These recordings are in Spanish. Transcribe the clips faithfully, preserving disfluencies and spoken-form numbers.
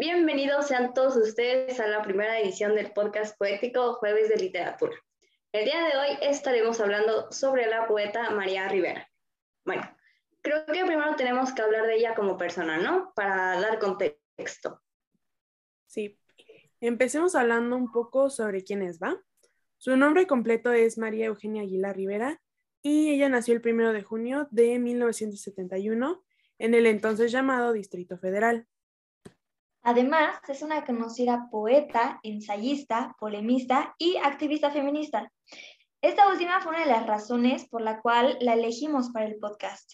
Bienvenidos sean todos ustedes a la primera edición del podcast poético Jueves de Literatura. El día de hoy estaremos hablando sobre la poeta María Rivera. Bueno, creo que primero tenemos que hablar de ella como persona, ¿no? Para dar contexto. Sí, empecemos hablando un poco sobre quién es, ¿va? Su nombre completo es María Eugenia Aguilar Rivera y ella nació el primero de junio de mil novecientos setenta y uno en el entonces llamado Distrito Federal. Además, es una conocida poeta, ensayista, polemista y activista feminista. Esta última fue una de las razones por la cual la elegimos para el podcast.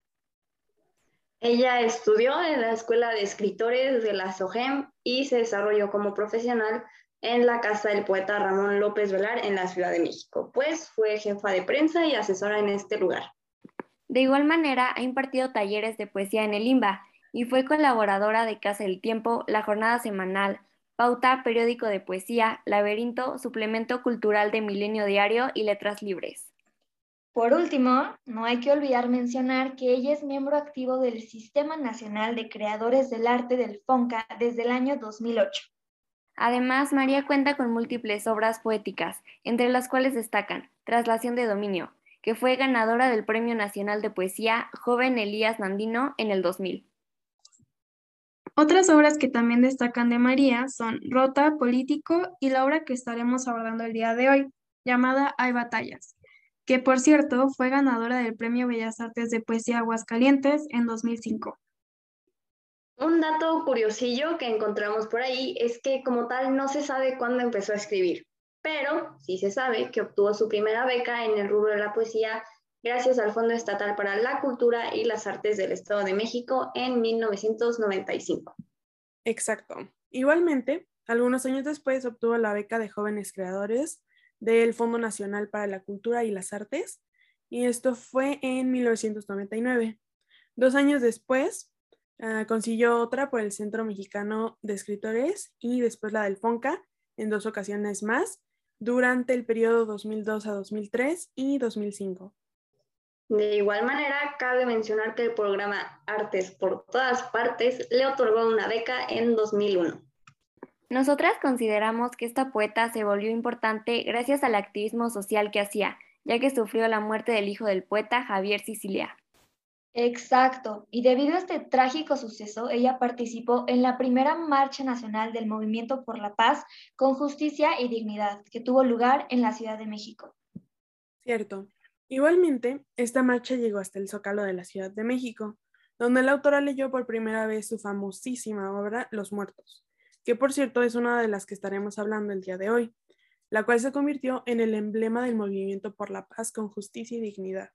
Ella estudió en la Escuela de Escritores de la SOGEM y se desarrolló como profesional en la casa del poeta Ramón López Velar en la Ciudad de México, pues fue jefa de prensa y asesora en este lugar. De igual manera, ha impartido talleres de poesía en el IMBA y fue colaboradora de Casa del Tiempo, La Jornada Semanal, Pauta, Periódico de Poesía, Laberinto, Suplemento Cultural de Milenio Diario y Letras Libres. Por último, no hay que olvidar mencionar que ella es miembro activo del Sistema Nacional de Creadores del Arte del FONCA desde el año dos mil ocho. Además, María cuenta con múltiples obras poéticas, entre las cuales destacan Traslación de Dominio, que fue ganadora del Premio Nacional de Poesía Joven Elías Nandino en el dos mil. Otras obras que también destacan de María son Rota, Político y la obra que estaremos abordando el día de hoy, llamada Hay batallas, que por cierto fue ganadora del Premio Bellas Artes de Poesía Aguascalientes en dos mil cinco. Un dato curiosillo que encontramos por ahí es que como tal no se sabe cuándo empezó a escribir, pero sí se sabe que obtuvo su primera beca en el rubro de la poesía gracias al Fondo Estatal para la Cultura y las Artes del Estado de México en mil novecientos noventa y cinco. Exacto. Igualmente, algunos años después obtuvo la beca de jóvenes creadores del Fondo Nacional para la Cultura y las Artes, y esto fue en mil novecientos noventa y nueve. Dos años después, Uh, consiguió otra por el Centro Mexicano de Escritores y después la del FONCA en dos ocasiones más durante el periodo dos mil dos a dos mil tres y dos mil cinco. De igual manera, cabe mencionar que el programa Artes por Todas Partes le otorgó una beca en dos mil uno. Nosotras consideramos que esta poeta se volvió importante gracias al activismo social que hacía, ya que sufrió la muerte del hijo del poeta Javier Sicilia. Exacto, y debido a este trágico suceso, ella participó en la primera marcha nacional del Movimiento por la Paz con Justicia y Dignidad, que tuvo lugar en la Ciudad de México. Cierto. Igualmente, esta marcha llegó hasta el Zócalo de la Ciudad de México, donde la autora leyó por primera vez su famosísima obra Los Muertos, que por cierto es una de las que estaremos hablando el día de hoy, la cual se convirtió en el emblema del Movimiento por la Paz con Justicia y Dignidad.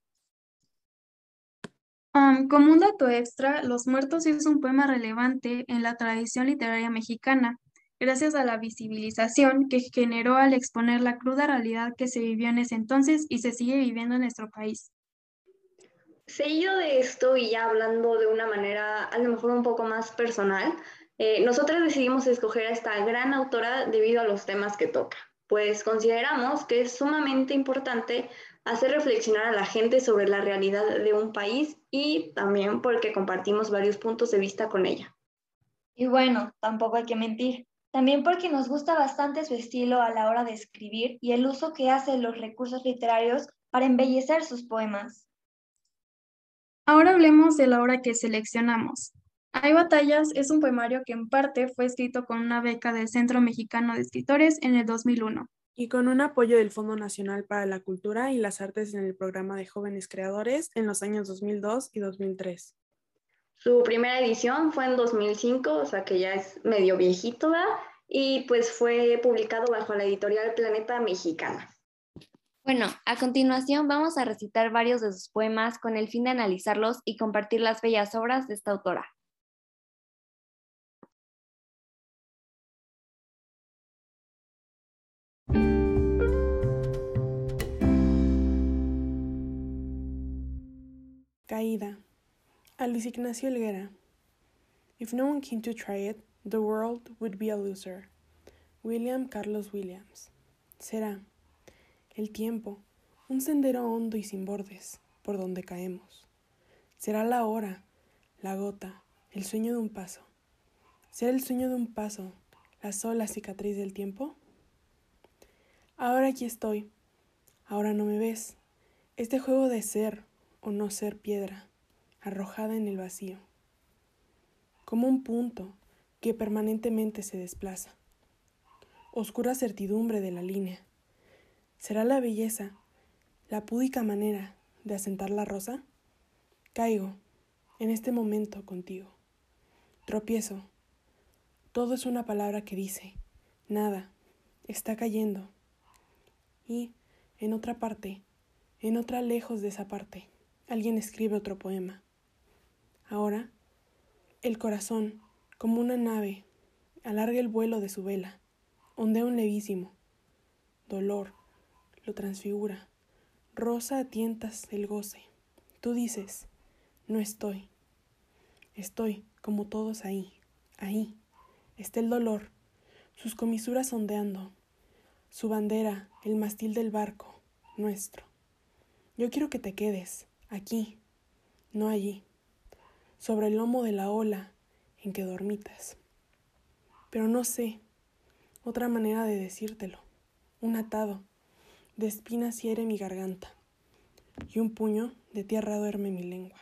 Um, como un dato extra, Los Muertos es un poema relevante en la tradición literaria mexicana, gracias a la visibilización que generó al exponer la cruda realidad que se vivió en ese entonces y se sigue viviendo en nuestro país. Seguido de esto y ya hablando de una manera a lo mejor un poco más personal, eh, nosotros decidimos escoger a esta gran autora debido a los temas que toca, pues consideramos que es sumamente importante hacer reflexionar a la gente sobre la realidad de un país y también porque compartimos varios puntos de vista con ella. Y bueno, tampoco hay que mentir, también porque nos gusta bastante su estilo a la hora de escribir y el uso que hace de los recursos literarios para embellecer sus poemas. Ahora hablemos de la obra que seleccionamos. Hay batallas es un poemario que en parte fue escrito con una beca del Centro Mexicano de Escritores en el dos mil uno. Y con un apoyo del Fondo Nacional para la Cultura y las Artes en el programa de Jóvenes Creadores en los años dos mil dos y dos mil tres. Su primera edición fue en dos mil cinco, o sea que ya es medio viejito, ¿verdad? Y pues fue publicado bajo la editorial Planeta Mexicana. Bueno, a continuación vamos a recitar varios de sus poemas con el fin de analizarlos y compartir las bellas obras de esta autora. Caída. A Luis Ignacio Helguera. If no one came to try it, the world would be a loser. William Carlos Williams. Será el tiempo, un sendero hondo y sin bordes, por donde caemos. Será la hora, la gota, el sueño de un paso. ¿Será el sueño de un paso, la sola cicatriz del tiempo? Ahora aquí estoy, ahora no me ves. Este juego de ser o no ser piedra, arrojada en el vacío, como un punto que permanentemente se desplaza. Oscura certidumbre de la línea. ¿Será la belleza la púdica manera de asentar la rosa? Caigo en este momento contigo. Tropiezo. Todo es una palabra que dice, nada, está cayendo. Y en otra parte, en otra lejos de esa parte, alguien escribe otro poema. Ahora, el corazón, como una nave, alarga el vuelo de su vela, ondea un levísimo. Dolor lo transfigura, rosa a tientas el goce. Tú dices, no estoy. Estoy como todos ahí, ahí. Está el dolor, sus comisuras ondeando, su bandera, el mástil del barco, nuestro. Yo quiero que te quedes, aquí, no allí, sobre el lomo de la ola en que dormitas. Pero no sé, otra manera de decírtelo, un atado de espinas hiere mi garganta, y un puño de tierra duerme mi lengua.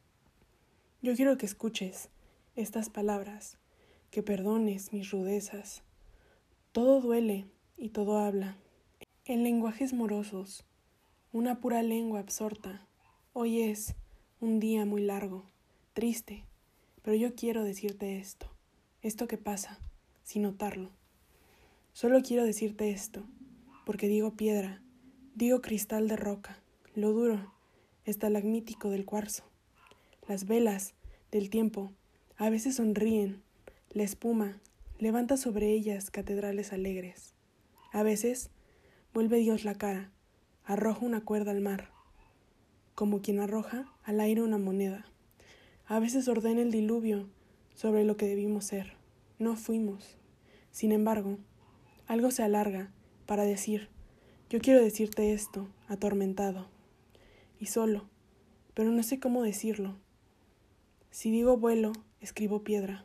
Yo quiero que escuches estas palabras, que perdones mis rudezas. Todo duele y todo habla, en lenguajes morosos, una pura lengua absorta. Hoy es un día muy largo, triste, pero yo quiero decirte esto, esto que pasa, sin notarlo. Solo quiero decirte esto, porque digo piedra, digo cristal de roca, lo duro, estalagmítico del cuarzo. Las velas del tiempo a veces sonríen, la espuma levanta sobre ellas catedrales alegres. A veces vuelve Dios la cara, arroja una cuerda al mar, como quien arroja al aire una moneda. A veces ordena el diluvio sobre lo que debimos ser. No fuimos. Sin embargo, algo se alarga para decir, yo quiero decirte esto, atormentado, y solo, pero no sé cómo decirlo. Si digo vuelo, escribo piedra.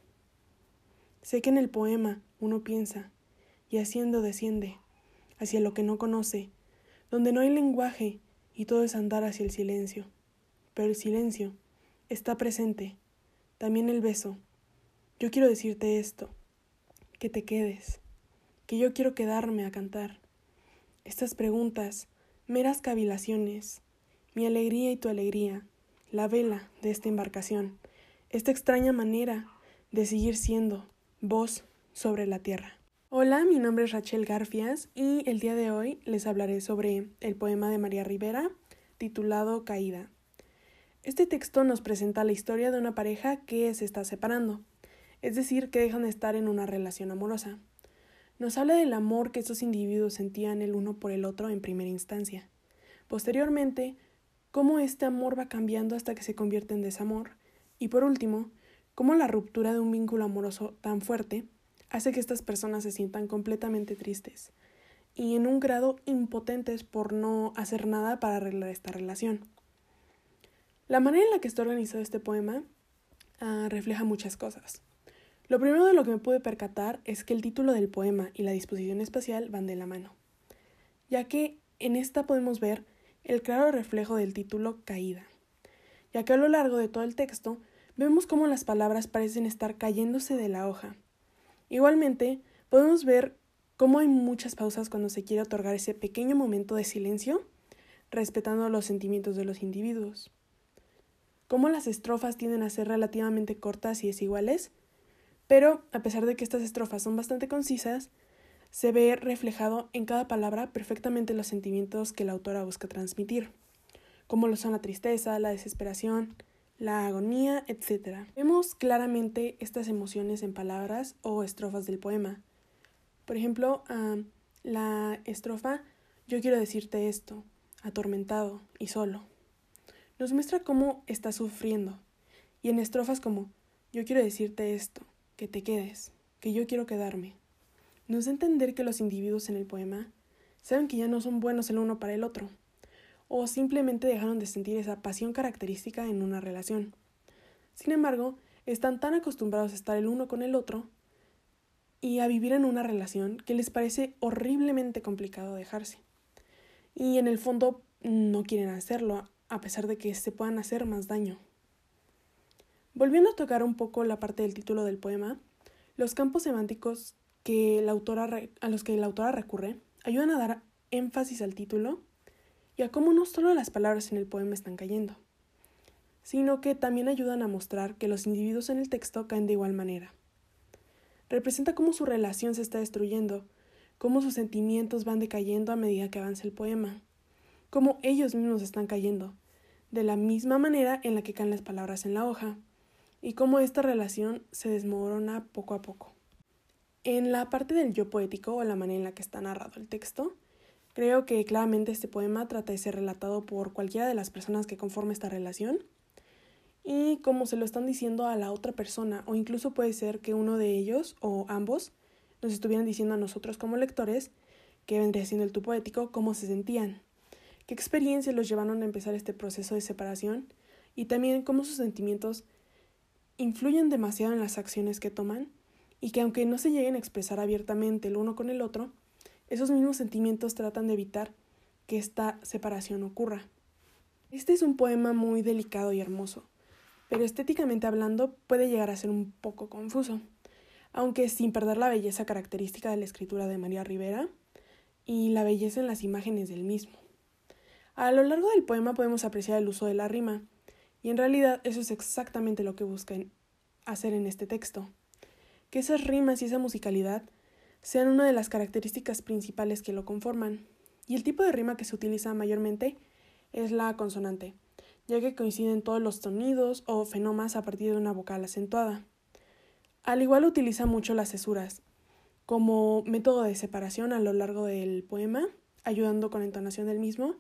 Sé que en el poema uno piensa, y haciendo desciende, hacia lo que no conoce, donde no hay lenguaje y todo es andar hacia el silencio. Pero el silencio está presente, también el beso. Yo quiero decirte esto, que te quedes, que yo quiero quedarme a cantar. Estas preguntas, meras cavilaciones, mi alegría y tu alegría, la vela de esta embarcación, esta extraña manera de seguir siendo voz sobre la tierra. Hola, mi nombre es Rachel Garfias y el día de hoy les hablaré sobre el poema de María Rivera titulado Caída. Este texto nos presenta la historia de una pareja que se está separando, es decir, que dejan de estar en una relación amorosa. Nos habla del amor que estos individuos sentían el uno por el otro en primera instancia. Posteriormente, cómo este amor va cambiando hasta que se convierte en desamor. Y por último, cómo la ruptura de un vínculo amoroso tan fuerte hace que estas personas se sientan completamente tristes y en un grado impotentes por no hacer nada para arreglar esta relación. La manera en la que está organizado este poema uh, refleja muchas cosas. Lo primero de lo que me pude percatar es que el título del poema y la disposición espacial van de la mano, ya que en esta podemos ver el claro reflejo del título Caída, ya que a lo largo de todo el texto vemos cómo las palabras parecen estar cayéndose de la hoja. Igualmente, podemos ver cómo hay muchas pausas cuando se quiere otorgar ese pequeño momento de silencio, respetando los sentimientos de los individuos. Cómo las estrofas tienden a ser relativamente cortas y desiguales, pero a pesar de que estas estrofas son bastante concisas, se ve reflejado en cada palabra perfectamente los sentimientos que la autora busca transmitir, como lo son la tristeza, la desesperación, la agonía, etcétera. Vemos claramente estas emociones en palabras o estrofas del poema. Por ejemplo, um, la estrofa Yo quiero decirte esto, atormentado y solo, nos muestra cómo está sufriendo. Y en estrofas como Yo quiero decirte esto, que te quedes, que yo quiero quedarme, nos da a entender que los individuos en el poema saben que ya no son buenos el uno para el otro, o simplemente dejaron de sentir esa pasión característica en una relación. Sin embargo, están tan acostumbrados a estar el uno con el otro y a vivir en una relación que les parece horriblemente complicado dejarse. Y en el fondo no quieren hacerlo, a pesar de que se puedan hacer más daño. Volviendo a tocar un poco la parte del título del poema, los campos semánticos que la autora re- a los que la autora recurre ayudan a dar énfasis al título y a cómo no solo las palabras en el poema están cayendo, sino que también ayudan a mostrar que los individuos en el texto caen de igual manera. Representa cómo su relación se está destruyendo, cómo sus sentimientos van decayendo a medida que avanza el poema, cómo ellos mismos están cayendo, de la misma manera en la que caen las palabras en la hoja, y cómo esta relación se desmorona poco a poco. En la parte del yo poético, o la manera en la que está narrado el texto, creo que claramente este poema trata de ser relatado por cualquiera de las personas que conforman esta relación, y como se lo están diciendo a la otra persona, o incluso puede ser que uno de ellos, o ambos, nos estuvieran diciendo a nosotros como lectores, que vendría siendo el tú poético, cómo se sentían, qué experiencias los llevaron a empezar este proceso de separación, y también cómo sus sentimientos influyen demasiado en las acciones que toman y que aunque no se lleguen a expresar abiertamente el uno con el otro, esos mismos sentimientos tratan de evitar que esta separación ocurra. Este es un poema muy delicado y hermoso, pero estéticamente hablando puede llegar a ser un poco confuso, aunque sin perder la belleza característica de la escritura de María Rivera y la belleza en las imágenes del mismo. A lo largo del poema podemos apreciar el uso de la rima, y en realidad eso es exactamente lo que buscan hacer en este texto. Que esas rimas y esa musicalidad sean una de las características principales que lo conforman. Y el tipo de rima que se utiliza mayormente es la consonante, ya que coinciden todos los sonidos o fenomas a partir de una vocal acentuada. Al igual utiliza mucho las cesuras, como método de separación a lo largo del poema, ayudando con la entonación del mismo.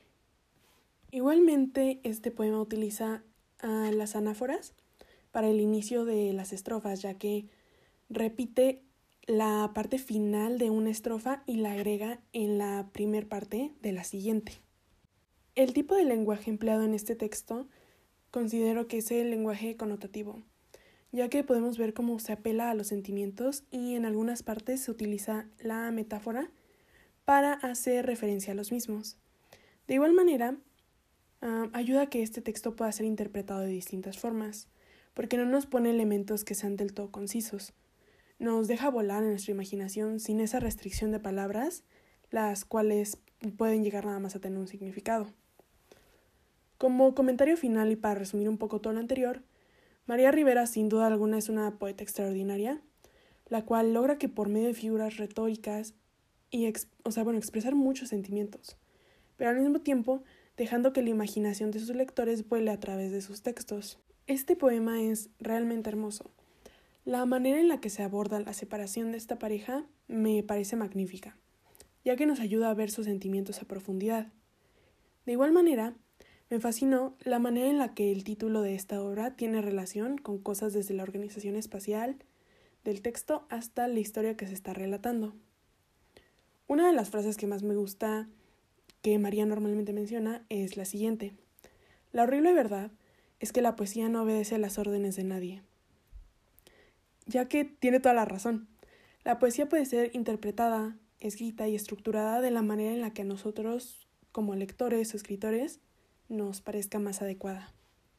Igualmente, este poema utiliza uh, las anáforas para el inicio de las estrofas, ya que repite la parte final de una estrofa y la agrega en la primer parte de la siguiente. El tipo de lenguaje empleado en este texto considero que es el lenguaje connotativo, ya que podemos ver cómo se apela a los sentimientos y en algunas partes se utiliza la metáfora para hacer referencia a los mismos. De igual manera, Uh, ayuda a que este texto pueda ser interpretado de distintas formas, porque no nos pone elementos que sean del todo concisos. Nos deja volar en nuestra imaginación sin esa restricción de palabras, las cuales pueden llegar nada más a tener un significado. Como comentario final y para resumir un poco todo lo anterior, María Rivera sin duda alguna es una poeta extraordinaria, la cual logra que por medio de figuras retóricas y ex- o sea, bueno, expresar muchos sentimientos, pero al mismo tiempo dejando que la imaginación de sus lectores vuele a través de sus textos. Este poema es realmente hermoso. La manera en la que se aborda la separación de esta pareja me parece magnífica, ya que nos ayuda a ver sus sentimientos a profundidad. De igual manera, me fascinó la manera en la que el título de esta obra tiene relación con cosas desde la organización espacial del texto hasta la historia que se está relatando. Una de las frases que más me gusta que María normalmente menciona es la siguiente: la horrible verdad es que la poesía no obedece a las órdenes de nadie. Ya que tiene toda la razón. La poesía puede ser interpretada, escrita y estructurada de la manera en la que a nosotros, como lectores o escritores, nos parezca más adecuada.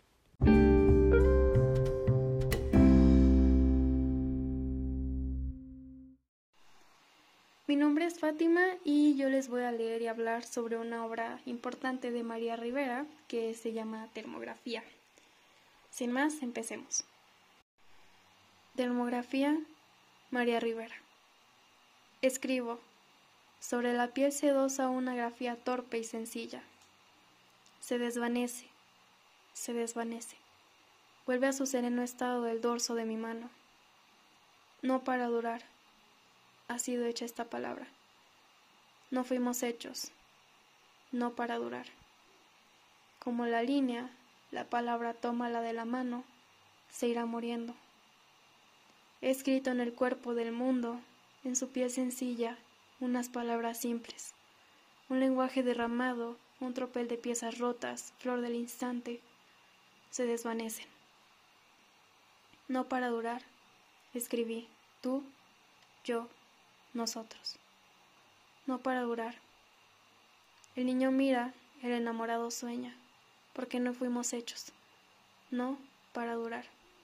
Mi nombre es Fátima y yo les voy a leer y hablar sobre una obra importante de María Rivera que se llama Termografía. Sin más, empecemos. Termografía, María Rivera. Escribo. Sobre la piel sedosa una grafía torpe y sencilla. Se desvanece, se desvanece. Vuelve a su sereno estado el dorso de mi mano. No para durar. Ha sido hecha esta palabra. No fuimos hechos, no para durar. Como la línea, la palabra toma la de la mano, se irá muriendo. He escrito en el cuerpo del mundo, en su piel sencilla, unas palabras simples, un lenguaje derramado, un tropel de piezas rotas, flor del instante, se desvanecen. no para durar. Escribí, tú, yo, nosotros. No para durar. El niño mira, el enamorado sueña, porque no fuimos hechos. No para durar.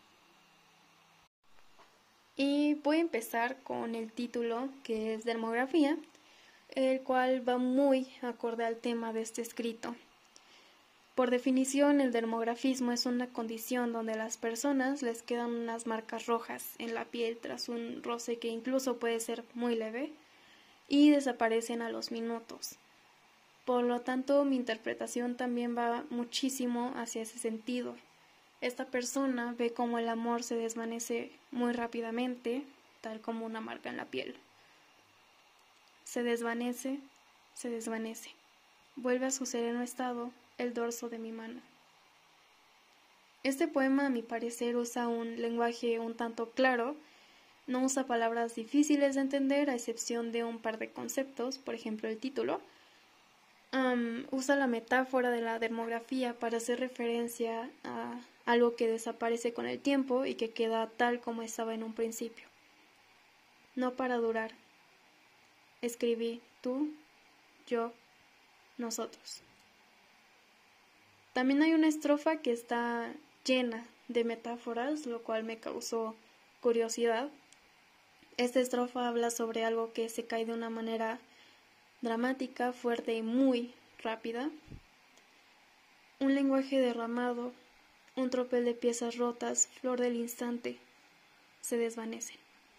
Y voy a empezar con el título, que es Dermografía, el cual va muy acorde al tema de este escrito. Por definición, el dermografismo es una condición donde a las personas les quedan unas marcas rojas en la piel tras un roce que incluso puede ser muy leve y desaparecen a los minutos. Por lo tanto, mi interpretación también va muchísimo hacia ese sentido. Esta persona ve cómo el amor se desvanece muy rápidamente, tal como una marca en la piel. Se desvanece, se desvanece. Vuelve a su sereno estado el dorso de mi mano. Este poema, a mi parecer, usa un lenguaje un tanto claro, no usa palabras difíciles de entender, a excepción de un par de conceptos, por ejemplo el título. Um, usa la metáfora de la dermografía para hacer referencia a algo que desaparece con el tiempo y que queda tal como estaba en un principio. No para durar. Escribí tú, yo, nosotros. También hay una estrofa que está llena de metáforas, lo cual me causó curiosidad. Esta estrofa habla sobre algo que se cae de una manera dramática, fuerte y muy rápida. Un lenguaje derramado, un tropel de piezas rotas, flor del instante, se desvanece.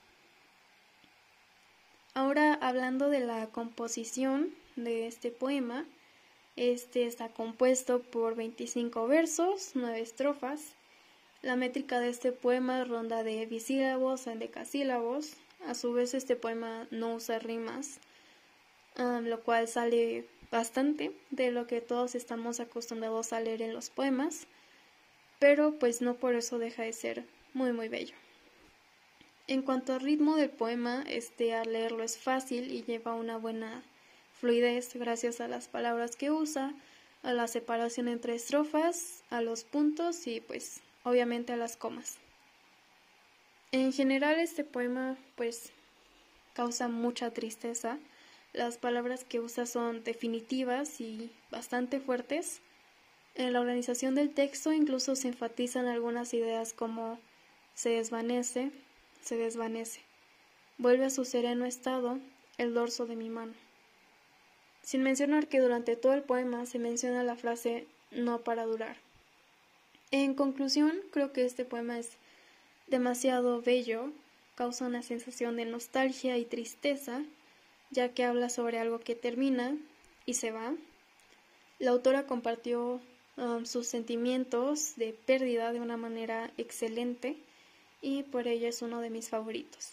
Ahora, hablando de la composición de este poema, este está compuesto por veinticinco versos, nueve estrofas. La métrica de este poema ronda de bisílabos a endecasílabos. A su vez, este poema no usa rimas, um, lo cual sale bastante de lo que todos estamos acostumbrados a leer en los poemas, pero pues no por eso deja de ser muy muy bello. En cuanto al ritmo del poema, este al leerlo es fácil y lleva una buena fluidez gracias a las palabras que usa, a la separación entre estrofas, a los puntos y pues obviamente a las comas. En general este poema pues causa mucha tristeza. Las palabras que usa son definitivas y bastante fuertes. En la organización del texto incluso se enfatizan algunas ideas como se desvanece, se desvanece, vuelve a su sereno estado el dorso de mi mano. Sin mencionar que durante todo el poema se menciona la frase no para durar. En conclusión, creo que este poema es demasiado bello, causa una sensación de nostalgia y tristeza, ya que habla sobre algo que termina y se va. La autora compartió um, sus sentimientos de pérdida de una manera excelente y por ello es uno de mis favoritos.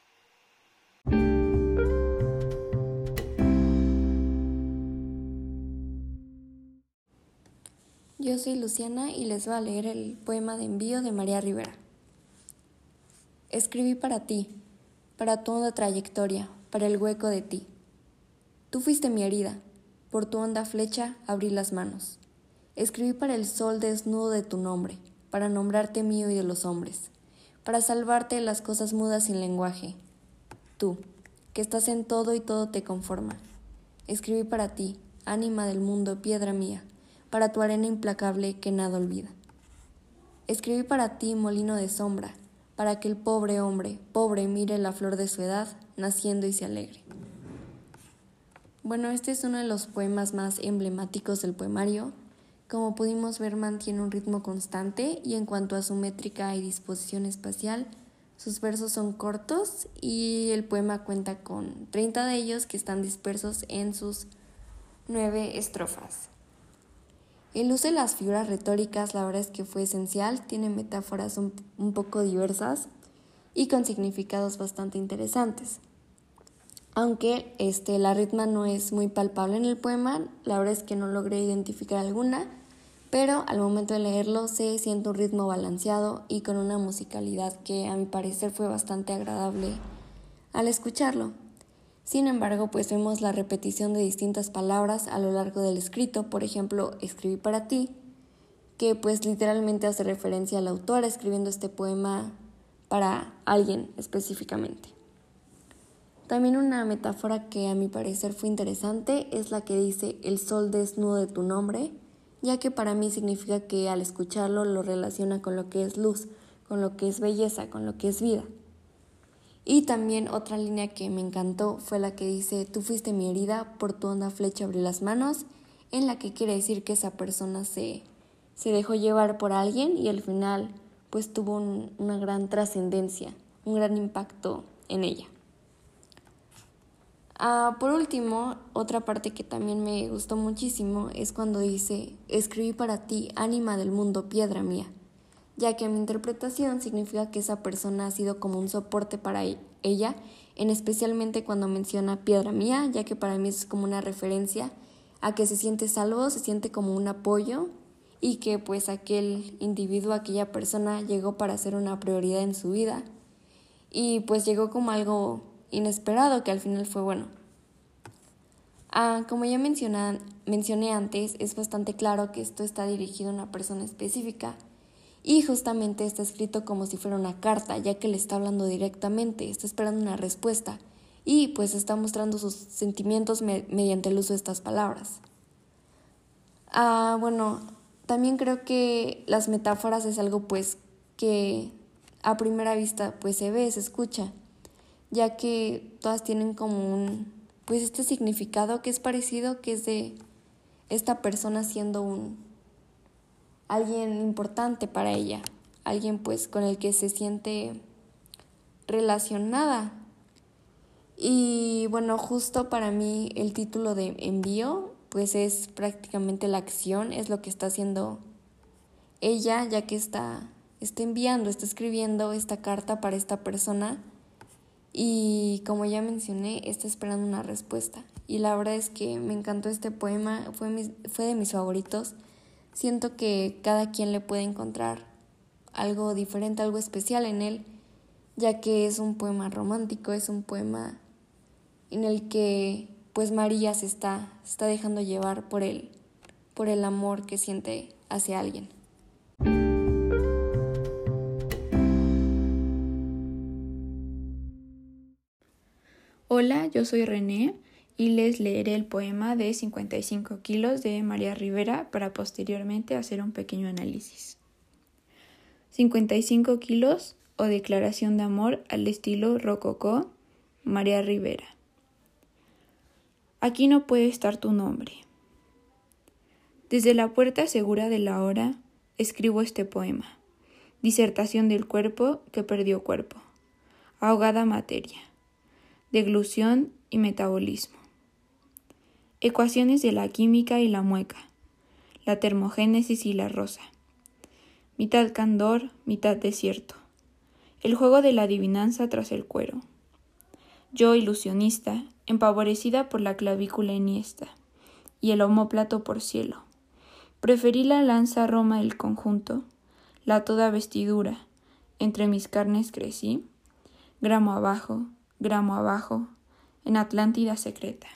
Yo soy Luciana y les voy a leer el poema de envío de María Rivera. Escribí para ti, para tu honda trayectoria, para el hueco de ti. Tú fuiste mi herida, por tu honda flecha abrí las manos. Escribí para el sol desnudo de tu nombre, para nombrarte mío y de los hombres, para salvarte de las cosas mudas sin lenguaje. Tú, que estás en todo y todo te conforma. Escribí para ti, ánima del mundo, piedra mía, para tu arena implacable que nada olvida. Escribí para ti, molino de sombra, para que el pobre hombre, pobre, mire la flor de su edad, naciendo y se alegre. Bueno, este es uno de los poemas más emblemáticos del poemario. Como pudimos ver, mantiene un ritmo constante y en cuanto a su métrica y disposición espacial, sus versos son cortos y el poema cuenta con treinta de ellos que están dispersos en sus nueve estrofas. El uso de las figuras retóricas, la verdad es que fue esencial, tiene metáforas un, un poco diversas y con significados bastante interesantes. Aunque este, la ritma no es muy palpable en el poema, la verdad es que no logré identificar alguna, pero al momento de leerlo se siente un ritmo balanceado y con una musicalidad que a mi parecer fue bastante agradable al escucharlo. Sin embargo, pues vemos la repetición de distintas palabras a lo largo del escrito. Por ejemplo, escribí para ti, que pues literalmente hace referencia a la autora escribiendo este poema para alguien específicamente. También una metáfora que a mi parecer fue interesante es la que dice el sol desnudo de tu nombre, ya que para mí significa que al escucharlo lo relaciona con lo que es luz, con lo que es belleza, con lo que es vida. Y también otra línea que me encantó fue la que dice tú fuiste mi herida, por tu honda flecha abrí las manos, en la que quiere decir que esa persona se, se dejó llevar por alguien y al final pues tuvo un, una gran trascendencia, un gran impacto en ella. Uh, por último, otra parte que también me gustó muchísimo es cuando dice escribí para ti, ánima del mundo, piedra mía, ya que a mi interpretación significa que esa persona ha sido como un soporte para ella, en especialmente cuando menciona piedra mía, ya que para mí es como una referencia a que se siente salvo, se siente como un apoyo y que pues aquel individuo, aquella persona llegó para ser una prioridad en su vida y pues llegó como algo inesperado que al final fue bueno. Ah, como ya mencioné, mencioné antes, es bastante claro que esto está dirigido a una persona específica y justamente está escrito como si fuera una carta, ya que le está hablando directamente, está esperando una respuesta y pues está mostrando sus sentimientos me- mediante el uso de estas palabras. Ah, bueno, también creo que las metáforas es algo pues que a primera vista pues se ve, se escucha, ya que todas tienen como un, pues este significado que es parecido, que es de esta persona siendo un, alguien importante para ella, alguien pues con el que se siente relacionada. Y bueno, justo para mí el título de envío, pues es prácticamente la acción, es lo que está haciendo ella, ya que está, está enviando, está escribiendo esta carta para esta persona. Y como ya mencioné, está esperando una respuesta. Y la verdad es que me encantó este poema, fue, mis, fue de mis favoritos. Siento que cada quien le puede encontrar algo diferente, algo especial en él, ya que es un poema romántico, es un poema en el que pues María se está, se está dejando llevar por el, por el amor que siente hacia alguien. Hola, yo soy René y les leeré el poema de cincuenta y cinco kilos de María Rivera para posteriormente hacer un pequeño análisis. cincuenta y cinco kilos o declaración de amor al estilo rococó, María Rivera. Aquí no puede estar tu nombre. Desde la puerta segura de la hora escribo este poema, disertación del cuerpo que perdió cuerpo, ahogada materia, deglución y metabolismo. Ecuaciones de la química y la mueca, la termogénesis y la rosa. Mitad candor, mitad desierto. El juego de la adivinanza tras el cuero. Yo, ilusionista, empavorecida por la clavícula enhiesta y el omóplato por cielo. Preferí la lanza roma del conjunto, la toda vestidura, entre mis carnes crecí, gramo abajo, gramo abajo, en Atlántida secreta.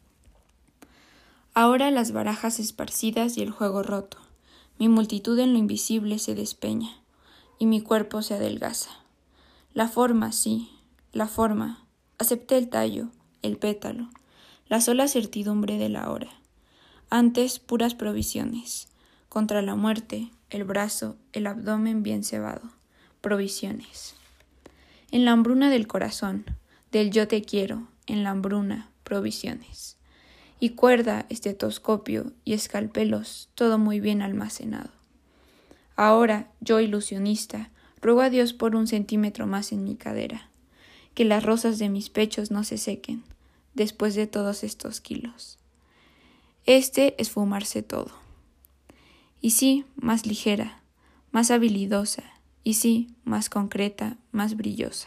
Ahora las barajas esparcidas y el juego roto, mi multitud en lo invisible se despeña, y mi cuerpo se adelgaza. La forma, sí, la forma, acepté el tallo, el pétalo, la sola certidumbre de la hora. Antes puras provisiones, contra la muerte, el brazo, el abdomen bien cebado, provisiones. En la hambruna del corazón, del yo te quiero, en la hambruna, provisiones. Y cuerda, estetoscopio y escalpelos, todo muy bien almacenado. Ahora, yo ilusionista, ruego a Dios por un centímetro más en mi cadera, que las rosas de mis pechos no se sequen, después de todos estos kilos. Este es fumarse todo. Y sí, más ligera, más habilidosa, y sí, más concreta, más brillosa.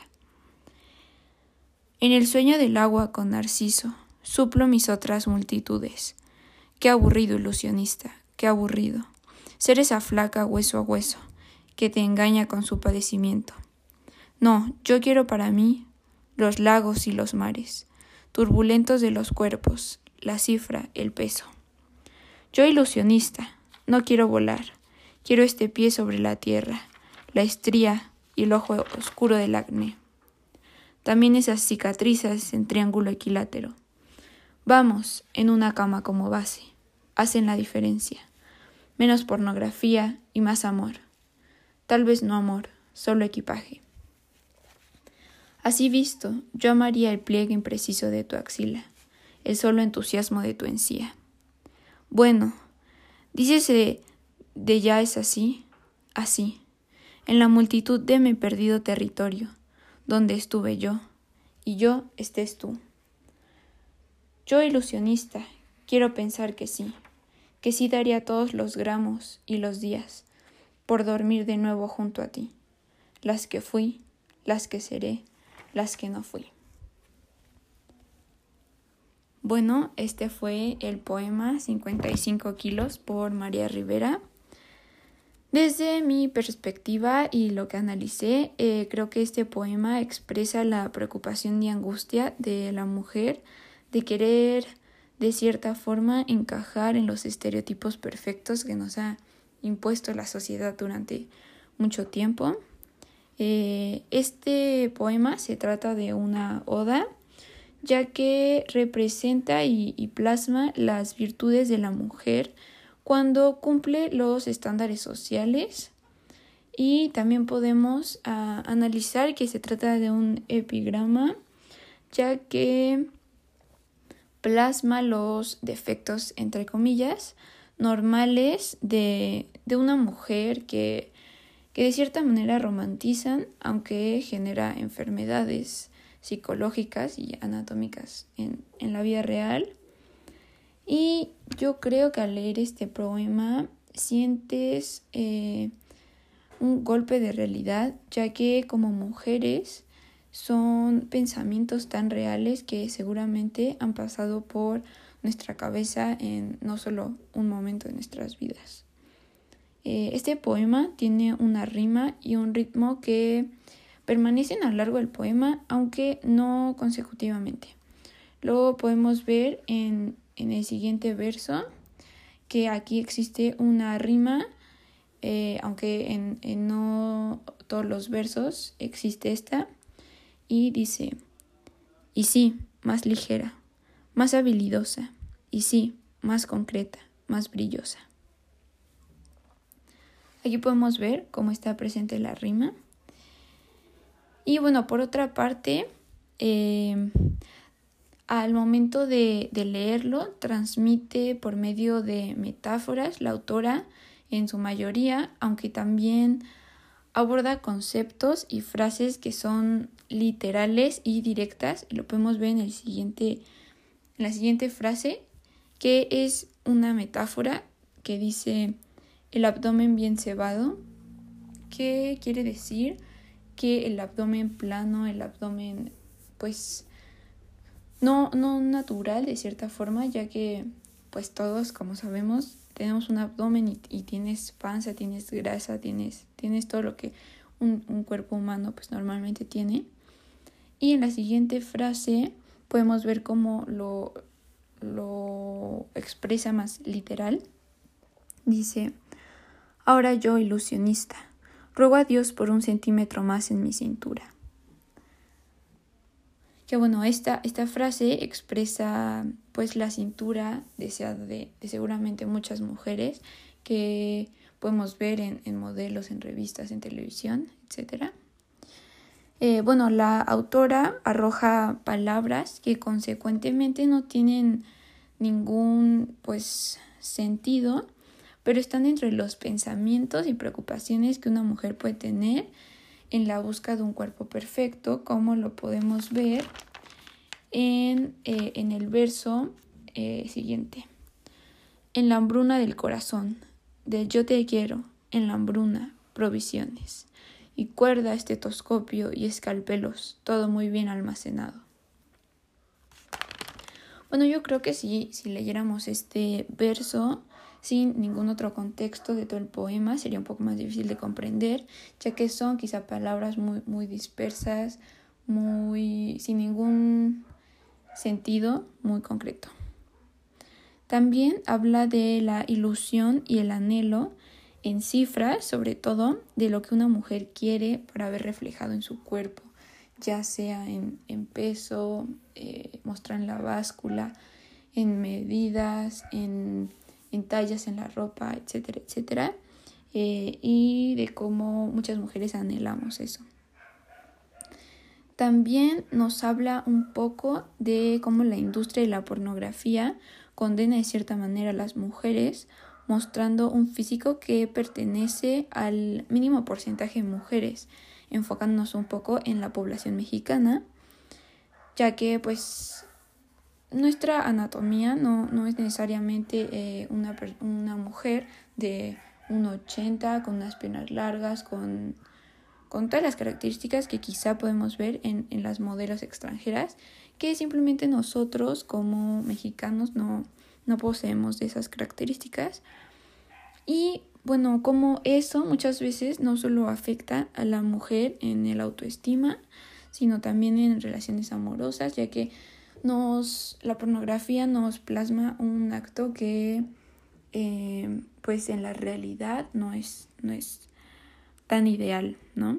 En el sueño del agua con Narciso, suplo mis otras multitudes. Qué aburrido, ilusionista, qué aburrido. Ser esa flaca hueso a hueso, que te engaña con su padecimiento. No, yo quiero para mí los lagos y los mares, turbulentos de los cuerpos, la cifra, el peso. Yo ilusionista, no quiero volar, quiero este pie sobre la tierra, la estría, y el ojo oscuro del acné. También esas cicatrices en triángulo equilátero. Vamos, en una cama como base. Hacen la diferencia. Menos pornografía y más amor. Tal vez no amor, solo equipaje. Así visto, yo amaría el pliegue impreciso de tu axila, el solo entusiasmo de tu encía. Bueno, dícese de ya es así, así. En la multitud de mi perdido territorio, donde estuve yo, y yo estés tú. Yo ilusionista, quiero pensar que sí, que sí daría todos los gramos y los días por dormir de nuevo junto a ti, las que fui, las que seré, las que no fui. Bueno, este fue el poema cincuenta y cinco kilos por María Rivera. Desde mi perspectiva y lo que analicé, eh, creo que este poema expresa la preocupación y angustia de la mujer de querer, de cierta forma, encajar en los estereotipos perfectos que nos ha impuesto la sociedad durante mucho tiempo. Eh, este poema se trata de una oda, ya que representa y, y plasma las virtudes de la mujer cuando cumple los estándares sociales, y también podemos uh, analizar que se trata de un epigrama, ya que plasma los defectos, entre comillas, normales de, de una mujer que, que de cierta manera romantizan, aunque genera enfermedades psicológicas y anatómicas en, en la vida real. Y yo creo que al leer este poema sientes eh, un golpe de realidad, ya que como mujeres son pensamientos tan reales que seguramente han pasado por nuestra cabeza en no solo un momento de nuestras vidas. Eh, este poema tiene una rima y un ritmo que permanecen a lo largo del poema, aunque no consecutivamente. Lo podemos ver en en el siguiente verso, que aquí existe una rima, eh, aunque en, en no todos los versos existe esta, y dice: y sí, más ligera, más habilidosa, y sí, más concreta, más brillosa. Aquí podemos ver cómo está presente la rima. Y bueno, por otra parte, eh, al momento de, de leerlo, transmite por medio de metáforas la autora en su mayoría, aunque también aborda conceptos y frases que son literales y directas. Lo podemos ver en, el siguiente, en la siguiente frase, que es una metáfora que dice el abdomen bien cebado, que quiere decir que el abdomen plano, el abdomen pues No, no natural de cierta forma, ya que pues todos, como sabemos, tenemos un abdomen y, y tienes panza, tienes grasa, tienes, tienes todo lo que un, un cuerpo humano pues normalmente tiene. Y en la siguiente frase podemos ver cómo lo, lo expresa más literal. Dice: ahora yo, ilusionista, ruego a Dios por un centímetro más en mi cintura. Que bueno, esta, esta frase expresa pues la cintura deseada de, de seguramente muchas mujeres que podemos ver en, en modelos, en revistas, en televisión, etcétera. Eh, bueno, la autora arroja palabras que consecuentemente no tienen ningún pues sentido, pero están entre los pensamientos y preocupaciones que una mujer puede tener en la búsqueda de un cuerpo perfecto, como lo podemos ver en, eh, en el verso eh, siguiente. En la hambruna del corazón, del yo te quiero, en la hambruna, provisiones, y cuerda, estetoscopio y escalpelos, todo muy bien almacenado. Bueno, yo creo que si, si leyéramos este verso sin ningún otro contexto de todo el poema, sería un poco más difícil de comprender, ya que son quizá palabras muy, muy dispersas, muy sin ningún sentido muy concreto. También habla de la ilusión y el anhelo en cifras, sobre todo, de lo que una mujer quiere para ver reflejado en su cuerpo, ya sea en, en peso, eh, mostrar en la báscula, en medidas, en, en tallas en la ropa, etcétera, etcétera, eh, y de cómo muchas mujeres anhelamos eso. También nos habla un poco de cómo la industria y la pornografía condena de cierta manera a las mujeres, mostrando un físico que pertenece al mínimo porcentaje de mujeres, enfocándonos un poco en la población mexicana, ya que pues nuestra anatomía no, no es necesariamente eh, una, una mujer de uno ochenta con unas piernas largas, con, con todas las características que quizá podemos ver en, en las modelos extranjeras, que simplemente nosotros como mexicanos no, no poseemos de esas características. Y bueno, como eso muchas veces no solo afecta a la mujer en el autoestima, sino también en relaciones amorosas, ya que nos, la pornografía nos plasma un acto que eh, pues en la realidad no es, no es tan ideal, ¿no?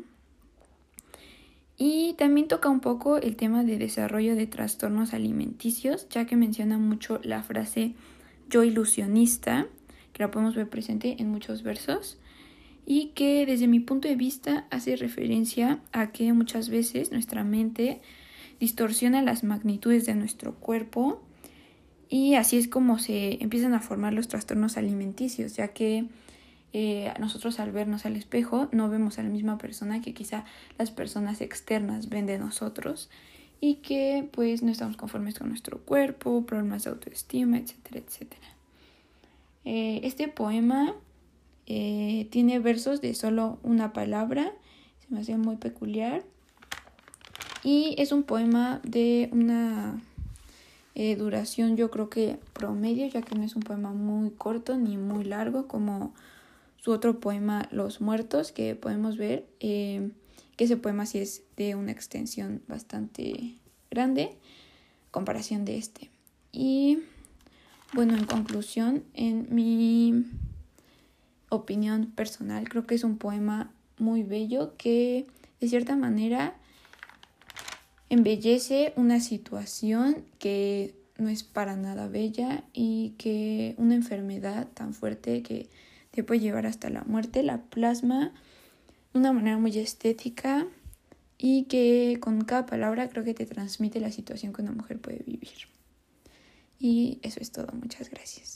Y también toca un poco el tema de desarrollo de trastornos alimenticios, ya que menciona mucho la frase yo ilusionista, que la podemos ver presente en muchos versos, y que desde mi punto de vista hace referencia a que muchas veces nuestra mente distorsiona las magnitudes de nuestro cuerpo, y así es como se empiezan a formar los trastornos alimenticios, ya que eh, nosotros al vernos al espejo no vemos a la misma persona que quizá las personas externas ven de nosotros, y que pues no estamos conformes con nuestro cuerpo, problemas de autoestima, etcétera, etcétera. Eh, este poema eh, tiene versos de solo una palabra, se me hace muy peculiar, y es un poema de una eh, duración yo creo que promedio, ya que no es un poema muy corto ni muy largo como su otro poema Los Muertos, que podemos ver eh, que ese poema sí es de una extensión bastante grande en comparación de este. Y bueno, en conclusión, en mi opinión personal, creo que es un poema muy bello que de cierta manera embellece una situación que no es para nada bella, y que una enfermedad tan fuerte que te puede llevar hasta la muerte la plasma de una manera muy estética, y que con cada palabra creo que te transmite la situación que una mujer puede vivir. Y eso es todo. Muchas gracias.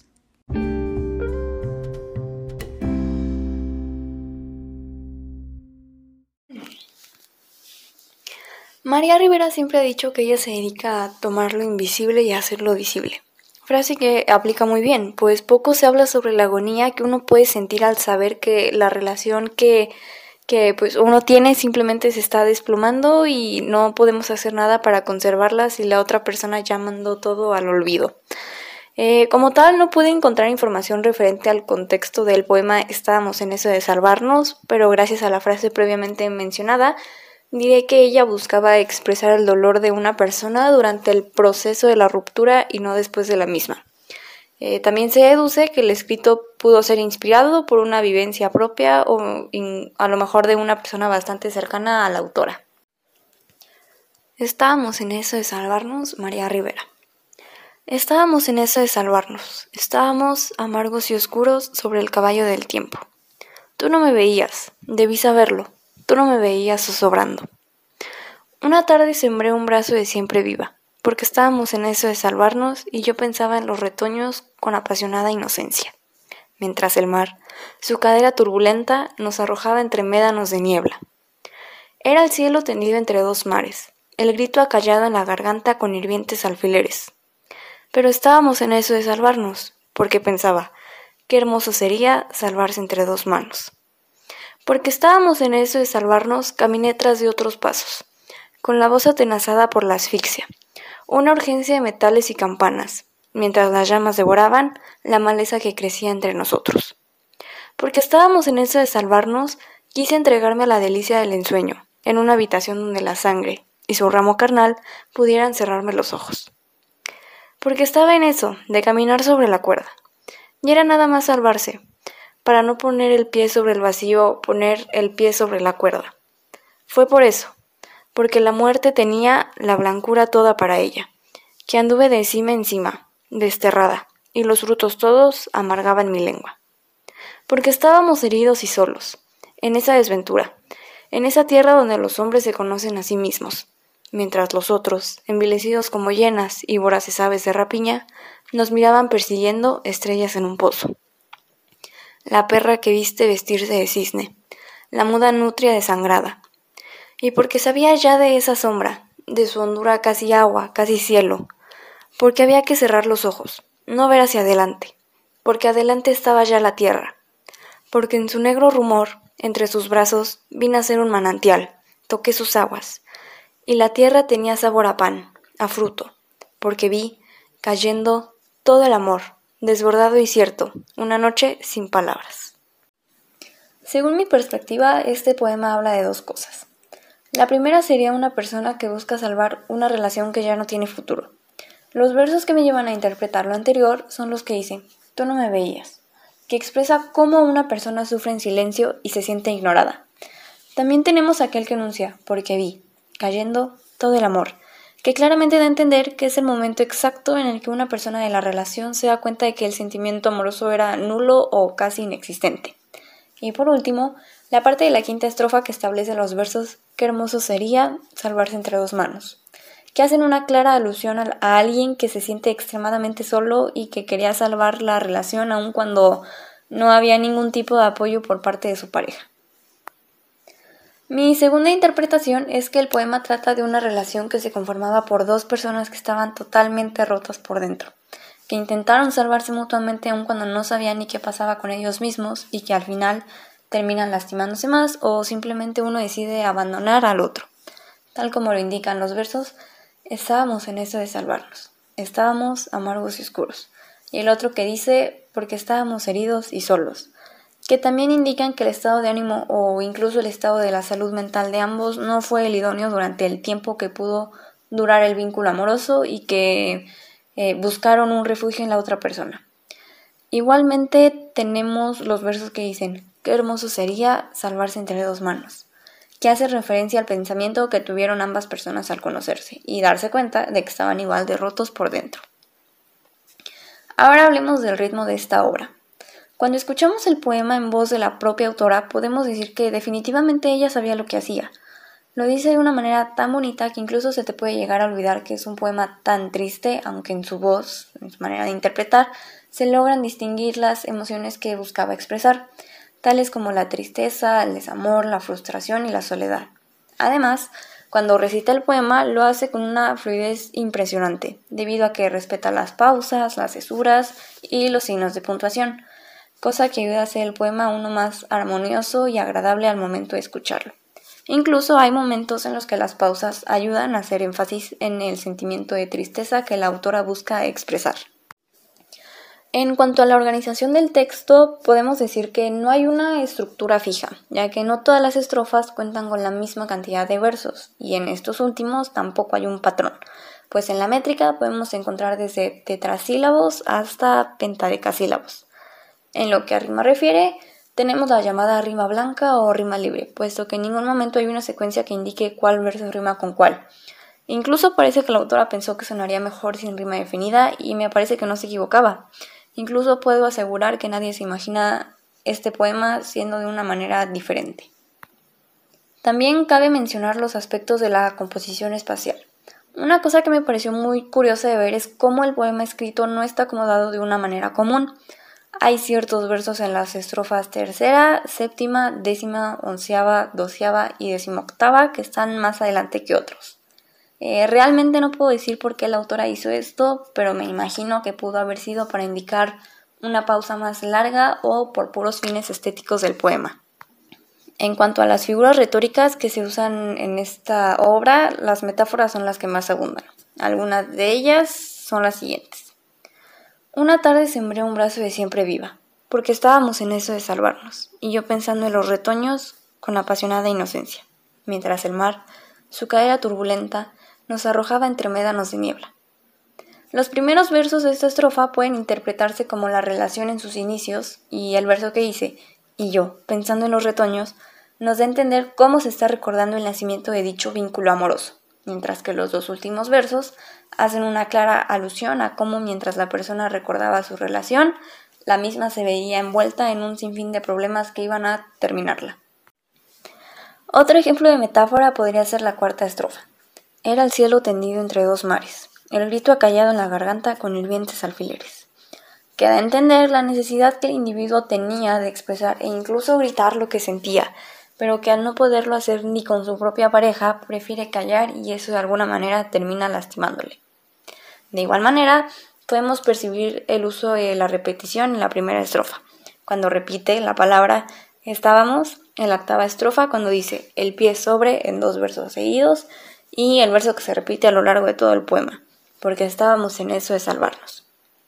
María Rivera siempre ha dicho que ella se dedica a tomar lo invisible y a hacerlo visible. Frase que aplica muy bien, pues poco se habla sobre la agonía que uno puede sentir al saber que la relación que, que pues uno tiene simplemente se está desplomando y no podemos hacer nada para conservarla si la otra persona ya mandó todo al olvido. Eh, como tal, no pude encontrar información referente al contexto del poema Estábamos en eso de salvarnos, pero gracias a la frase previamente mencionada, diré que ella buscaba expresar el dolor de una persona durante el proceso de la ruptura y no después de la misma. Eh, también se deduce que el escrito pudo ser inspirado por una vivencia propia o in, a lo mejor de una persona bastante cercana a la autora. Estábamos en eso de salvarnos, María Rivera. Estábamos en eso de salvarnos. Estábamos amargos y oscuros sobre el caballo del tiempo. Tú no me veías, debí saberlo. Tú no me veías zozobrando. Una tarde sembré un brazo de siempre viva, porque estábamos en eso de salvarnos y yo pensaba en los retoños con apasionada inocencia, mientras el mar, su cadera turbulenta, nos arrojaba entre médanos de niebla. Era el cielo tendido entre dos mares, el grito acallado en la garganta con hirvientes alfileres. Pero estábamos en eso de salvarnos, porque pensaba, qué hermoso sería salvarse entre dos manos. Porque estábamos en eso de salvarnos, caminé tras de otros pasos, con la voz atenazada por la asfixia, una urgencia de metales y campanas, mientras las llamas devoraban la maleza que crecía entre nosotros. Porque estábamos en eso de salvarnos, quise entregarme a la delicia del ensueño, en una habitación donde la sangre y su ramo carnal pudieran cerrarme los ojos. Porque estaba en eso, de caminar sobre la cuerda, y era nada más salvarse, para no poner el pie sobre el vacío, poner el pie sobre la cuerda. Fue por eso, porque la muerte tenía la blancura toda para ella, que anduve de cima encima, desterrada, y los frutos todos amargaban mi lengua. Porque estábamos heridos y solos, en esa desventura, en esa tierra donde los hombres se conocen a sí mismos, mientras los otros, envilecidos como hienas y voraces aves de rapiña, nos miraban persiguiendo estrellas en un pozo. La perra que viste vestirse de cisne, la muda nutria desangrada. Y porque sabía ya de esa sombra, de su hondura casi agua, casi cielo, porque había que cerrar los ojos, no ver hacia adelante, porque adelante estaba ya la tierra, porque en su negro rumor, entre sus brazos, vi nacer un manantial, toqué sus aguas, y la tierra tenía sabor a pan, a fruto, porque vi, cayendo, todo el amor, desbordado y cierto, una noche sin palabras. Según mi perspectiva, este poema habla de dos cosas. La primera sería una persona que busca salvar una relación que ya no tiene futuro. Los versos que me llevan a interpretar lo anterior son los que dicen, tú no me veías, que expresa cómo una persona sufre en silencio y se siente ignorada. También tenemos aquel que enuncia, porque vi, cayendo, todo el amor, que claramente da a entender que es el momento exacto en el que una persona de la relación se da cuenta de que el sentimiento amoroso era nulo o casi inexistente. Y por último, la parte de la quinta estrofa que establece los versos qué hermoso sería salvarse entre dos manos, que hacen una clara alusión a, a alguien que se siente extremadamente solo y que quería salvar la relación aun cuando no había ningún tipo de apoyo por parte de su pareja. Mi segunda interpretación es que el poema trata de una relación que se conformaba por dos personas que estaban totalmente rotas por dentro, que intentaron salvarse mutuamente aun cuando no sabían ni qué pasaba con ellos mismos y que al final terminan lastimándose más o simplemente uno decide abandonar al otro. Tal como lo indican los versos, estábamos en eso de salvarnos, estábamos amargos y oscuros. Y el otro que dice, porque estábamos heridos y solos, que también indican que el estado de ánimo o incluso el estado de la salud mental de ambos no fue el idóneo durante el tiempo que pudo durar el vínculo amoroso y que eh, buscaron un refugio en la otra persona. Igualmente tenemos los versos que dicen, qué hermoso sería salvarse entre dos manos, que hace referencia al pensamiento que tuvieron ambas personas al conocerse y darse cuenta de que estaban igual de rotos por dentro. Ahora hablemos del ritmo de esta obra. Cuando escuchamos el poema en voz de la propia autora, podemos decir que definitivamente ella sabía lo que hacía. Lo dice de una manera tan bonita que incluso se te puede llegar a olvidar que es un poema tan triste, aunque en su voz, en su manera de interpretar, se logran distinguir las emociones que buscaba expresar, tales como la tristeza, el desamor, la frustración y la soledad. Además, cuando recita el poema lo hace con una fluidez impresionante, debido a que respeta las pausas, las cesuras y los signos de puntuación, cosa que ayuda a hacer el poema uno más armonioso y agradable al momento de escucharlo. Incluso hay momentos en los que las pausas ayudan a hacer énfasis en el sentimiento de tristeza que la autora busca expresar. En cuanto a la organización del texto, podemos decir que no hay una estructura fija, ya que no todas las estrofas cuentan con la misma cantidad de versos, y en estos últimos tampoco hay un patrón, pues en la métrica podemos encontrar desde tetrasílabos hasta pentadecasílabos. En lo que a rima refiere, tenemos la llamada rima blanca o rima libre, puesto que en ningún momento hay una secuencia que indique cuál verso rima con cuál. Incluso parece que la autora pensó que sonaría mejor sin rima definida y me parece que no se equivocaba. Incluso puedo asegurar que nadie se imagina este poema siendo de una manera diferente. También cabe mencionar los aspectos de la composición espacial. Una cosa que me pareció muy curiosa de ver es cómo el poema escrito no está acomodado de una manera común. Hay ciertos versos en las estrofas tercera, séptima, décima, onceava, doceava y decimoctava que están más adelante que otros. Eh, realmente no puedo decir por qué la autora hizo esto, pero me imagino que pudo haber sido para indicar una pausa más larga o por puros fines estéticos del poema. En cuanto a las figuras retóricas que se usan en esta obra, las metáforas son las que más abundan. Algunas de ellas son las siguientes. Una tarde sembré un brazo de siempre viva, porque estábamos en eso de salvarnos, y yo pensando en los retoños con apasionada inocencia, mientras el mar, su cadera turbulenta, nos arrojaba entre médanos de niebla. Los primeros versos de esta estrofa pueden interpretarse como la relación en sus inicios, y el verso que dice, y yo, pensando en los retoños, nos da a entender cómo se está recordando el nacimiento de dicho vínculo amoroso, mientras que los dos últimos versos hacen una clara alusión a cómo mientras la persona recordaba su relación, la misma se veía envuelta en un sinfín de problemas que iban a terminarla. Otro ejemplo de metáfora podría ser la cuarta estrofa. Era el cielo tendido entre dos mares, el grito acallado en la garganta con hirvientes alfileres. Queda a entender la necesidad que el individuo tenía de expresar e incluso gritar lo que sentía, pero que al no poderlo hacer ni con su propia pareja, prefiere callar y eso de alguna manera termina lastimándole. De igual manera, podemos percibir el uso de la repetición en la primera estrofa, cuando repite la palabra estábamos, en la octava estrofa cuando dice el pie sobre en dos versos seguidos y el verso que se repite a lo largo de todo el poema, porque estábamos en eso de salvarnos.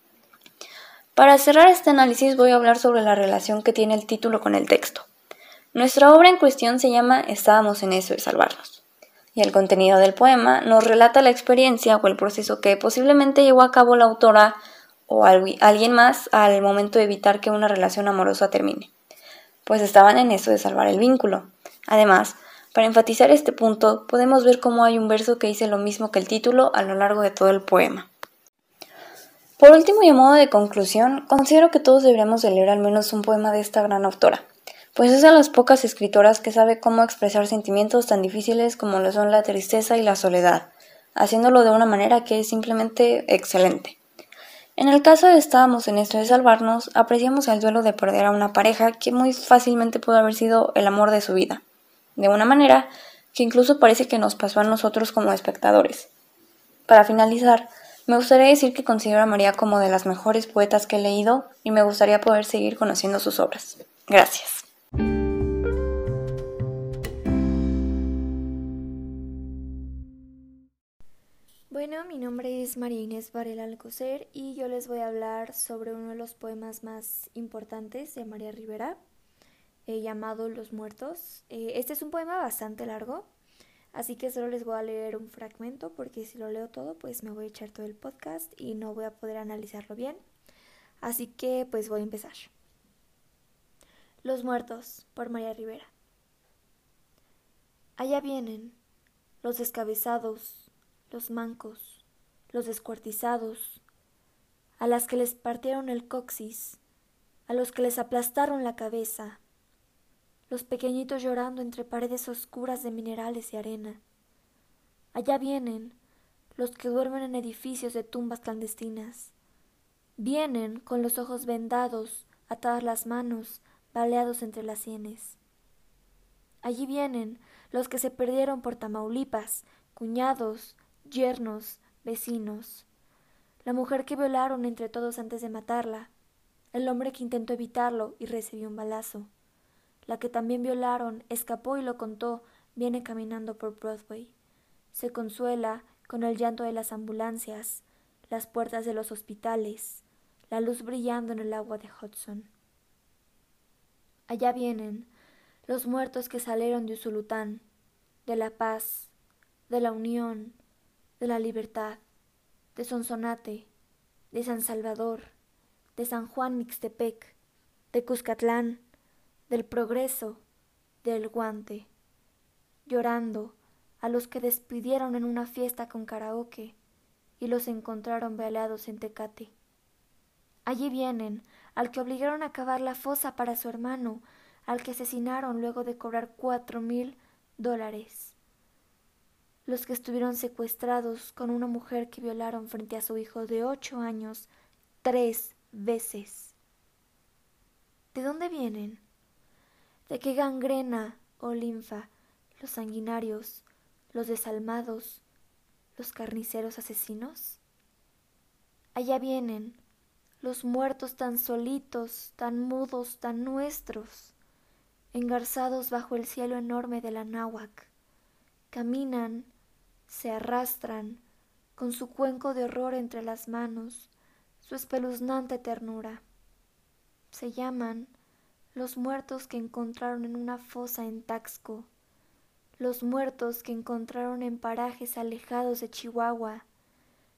Para cerrar este análisis voy a hablar sobre la relación que tiene el título con el texto. Nuestra obra en cuestión se llama Estábamos en eso de salvarnos, y el contenido del poema nos relata la experiencia o el proceso que posiblemente llevó a cabo la autora o alguien más al momento de evitar que una relación amorosa termine, pues estaban en eso de salvar el vínculo. Además, para enfatizar este punto, podemos ver cómo hay un verso que dice lo mismo que el título a lo largo de todo el poema. Por último y a modo de conclusión, considero que todos deberíamos de leer al menos un poema de esta gran autora, pues es de las pocas escritoras que sabe cómo expresar sentimientos tan difíciles como lo son la tristeza y la soledad, haciéndolo de una manera que es simplemente excelente. En el caso de Estábamos en esto de salvarnos, apreciamos el duelo de perder a una pareja que muy fácilmente pudo haber sido el amor de su vida, de una manera que incluso parece que nos pasó a nosotros como espectadores. Para finalizar, me gustaría decir que considero a María como de las mejores poetas que he leído y me gustaría poder seguir conociendo sus obras. Gracias. Bueno, mi nombre es María Inés Varela Alcocer y yo les voy a hablar sobre uno de los poemas más importantes de María Rivera, eh, llamado Los Muertos. Eh, este es un poema bastante largo, así que solo les voy a leer un fragmento porque si lo leo todo pues me voy a echar todo el podcast y no voy a poder analizarlo bien. Así que pues voy a empezar. Los Muertos, por María Rivera. Allá vienen los descabezados, los mancos, los descuartizados, a las que les partieron el coxis, a los que les aplastaron la cabeza, los pequeñitos llorando entre paredes oscuras de minerales y arena. Allá vienen los que duermen en edificios de tumbas clandestinas. Vienen con los ojos vendados, atadas las manos, baleados entre las sienes. Allí vienen los que se perdieron por Tamaulipas, cuñados, yernos, vecinos, la mujer que violaron entre todos antes de matarla, el hombre que intentó evitarlo y recibió un balazo, la que también violaron, escapó y lo contó, viene caminando por Broadway, se consuela con el llanto de las ambulancias, las puertas de los hospitales, la luz brillando en el agua de Hudson. Allá vienen los muertos que salieron de Usulután, de La Paz, de La Unión, de La Libertad, de Sonsonate, de San Salvador, de San Juan Mixtepec, de Cuscatlán, del Progreso, del Guante, llorando a los que despidieron en una fiesta con karaoke y los encontraron baleados en Tecate. Allí vienen al que obligaron a cavar la fosa para su hermano, al que asesinaron luego de cobrar cuatro mil dólares. Los que estuvieron secuestrados con una mujer que violaron frente a su hijo de ocho años tres veces. ¿De dónde vienen? ¿De qué gangrena o linfa los sanguinarios, los desalmados, los carniceros asesinos? Allá vienen los muertos tan solitos, tan mudos, tan nuestros, engarzados bajo el cielo enorme de la náhuac. Caminan, se arrastran, con su cuenco de horror entre las manos, su espeluznante ternura. Se llaman los muertos que encontraron en una fosa en Taxco, los muertos que encontraron en parajes alejados de Chihuahua,